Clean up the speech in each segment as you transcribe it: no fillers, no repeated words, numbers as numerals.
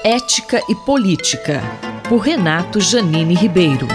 Ética e Política, por Renato Janine Ribeiro.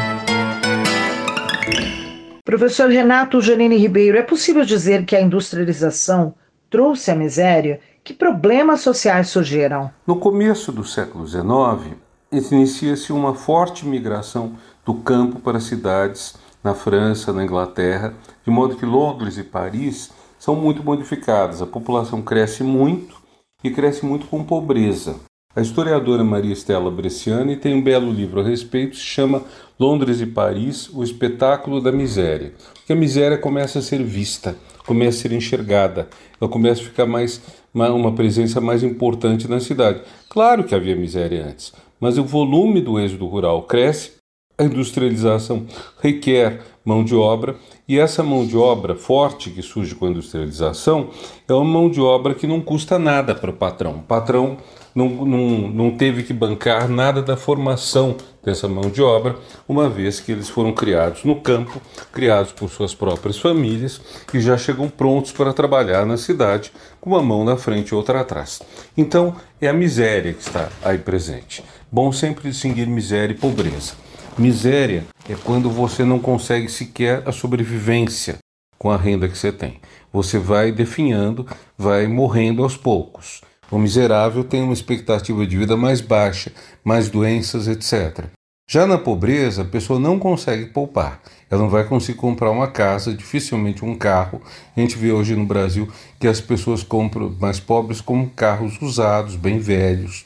Professor Renato Janine Ribeiro, é possível dizer que a industrialização trouxe a miséria? Que problemas sociais surgiram? No começo do século XIX, inicia-se uma forte migração do campo para as cidades na França, na Inglaterra, de modo que Londres e Paris são muito modificadas. A população cresce muito e cresce muito com pobreza. A historiadora Maria Stella Bresciani tem um belo livro a respeito, se chama Londres e Paris, o espetáculo da miséria. Que a miséria começa a ser vista, começa a ser enxergada, ela começa a ficar uma presença mais importante na cidade. Claro que havia miséria antes, mas o volume do êxodo rural cresce, a industrialização requer mão de obra, e essa mão de obra forte que surge com a industrialização é uma mão de obra que não custa nada para o patrão. O patrão não teve que bancar nada da formação dessa mão de obra, uma vez que eles foram criados no campo, criados por suas próprias famílias e já chegam prontos para trabalhar na cidade, com uma mão na frente e outra atrás. Então, é a miséria que está aí presente. Bom sempre distinguir miséria e pobreza. Miséria é quando você não consegue sequer a sobrevivência com a renda que você tem. Você vai definhando, vai morrendo aos poucos. O miserável tem uma expectativa de vida mais baixa, mais doenças, etc. Já na pobreza, a pessoa não consegue poupar. Ela não vai conseguir comprar uma casa, dificilmente um carro. A gente vê hoje no Brasil que as pessoas compram, mais pobres, como carros usados, bem velhos,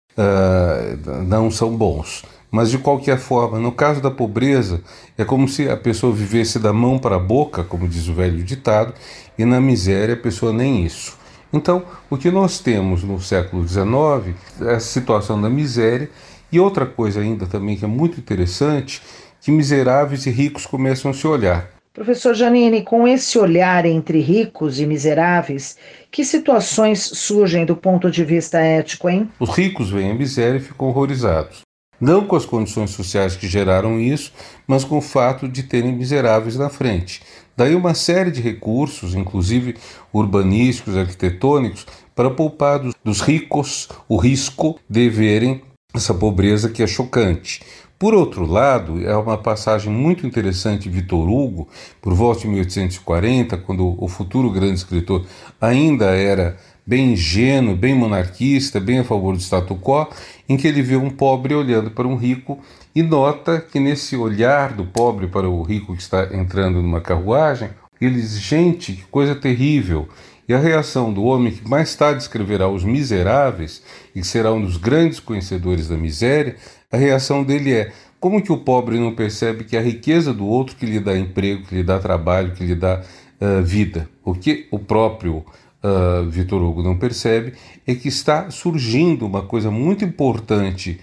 não são bons. Mas, de qualquer forma, no caso da pobreza, é como se a pessoa vivesse da mão para a boca, como diz o velho ditado, e na miséria a pessoa nem isso. Então, o que nós temos no século XIX é a situação da miséria, e outra coisa ainda também que é muito interessante, que miseráveis e ricos começam a se olhar. Professor Janine, com esse olhar entre ricos e miseráveis, que situações surgem do ponto de vista ético, hein? Os ricos veem a miséria e ficam horrorizados. Não com as condições sociais que geraram isso, mas com o fato de terem miseráveis na frente. Daí uma série de recursos, inclusive urbanísticos, arquitetônicos, para poupar dos ricos o risco de verem essa pobreza que é chocante. Por outro lado, é uma passagem muito interessante de Victor Hugo, por volta de 1840, quando o futuro grande escritor ainda era bem ingênuo, bem monarquista, bem a favor do status quo, em que ele vê um pobre olhando para um rico e nota que nesse olhar do pobre para o rico que está entrando numa carruagem, ele diz, gente, que coisa terrível. E a reação do homem que mais tarde escreverá Os Miseráveis, e que será um dos grandes conhecedores da miséria, a reação dele é, como que o pobre não percebe que a riqueza do outro que lhe dá emprego, que lhe dá trabalho, que lhe dá vida? O que o próprio Victor Hugo não percebe é que está surgindo uma coisa muito importante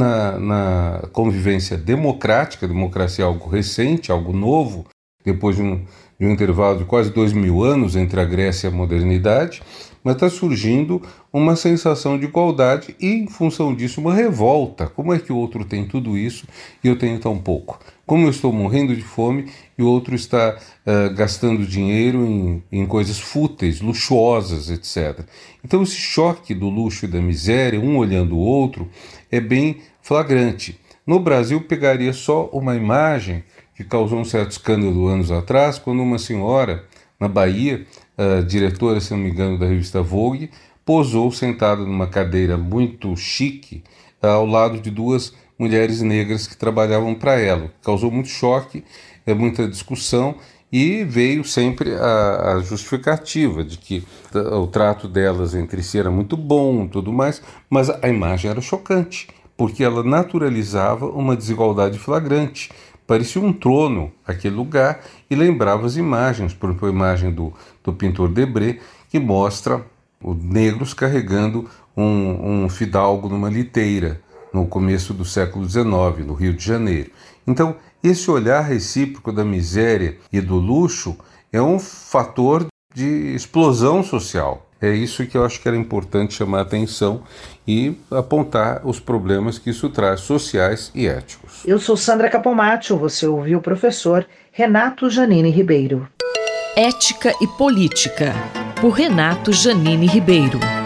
na convivência democrática. A democracia é algo recente, algo novo, depois de um intervalo de quase 2000 anos entre a Grécia e a modernidade, mas está surgindo uma sensação de igualdade e, em função disso, uma revolta. Como é que o outro tem tudo isso e eu tenho tão pouco? Como eu estou morrendo de fome e o outro está gastando dinheiro em coisas fúteis, luxuosas, etc. Então esse choque do luxo e da miséria, um olhando o outro, é bem flagrante. No Brasil, pegaria só uma imagem que causou um certo escândalo anos atrás, quando uma senhora, na Bahia, diretora, se não me engano, da revista Vogue, posou sentada numa cadeira muito chique, ao lado de duas mulheres negras que trabalhavam para ela. Causou muito choque, muita discussão, e veio sempre a justificativa de que o trato delas entre si era muito bom e tudo mais, mas a imagem era chocante, porque ela naturalizava uma desigualdade flagrante. Parecia um trono aquele lugar e lembrava as imagens, por exemplo, a imagem do pintor Debré, que mostra os negros carregando um fidalgo numa liteira no começo do século XIX, no Rio de Janeiro. Então, esse olhar recíproco da miséria e do luxo é um fator de explosão social. É isso que eu acho que era importante chamar a atenção e apontar os problemas que isso traz, sociais e éticos. Eu sou Sandra Capomatto, você ouviu o professor Renato Janine Ribeiro. Ética e Política, por Renato Janine Ribeiro.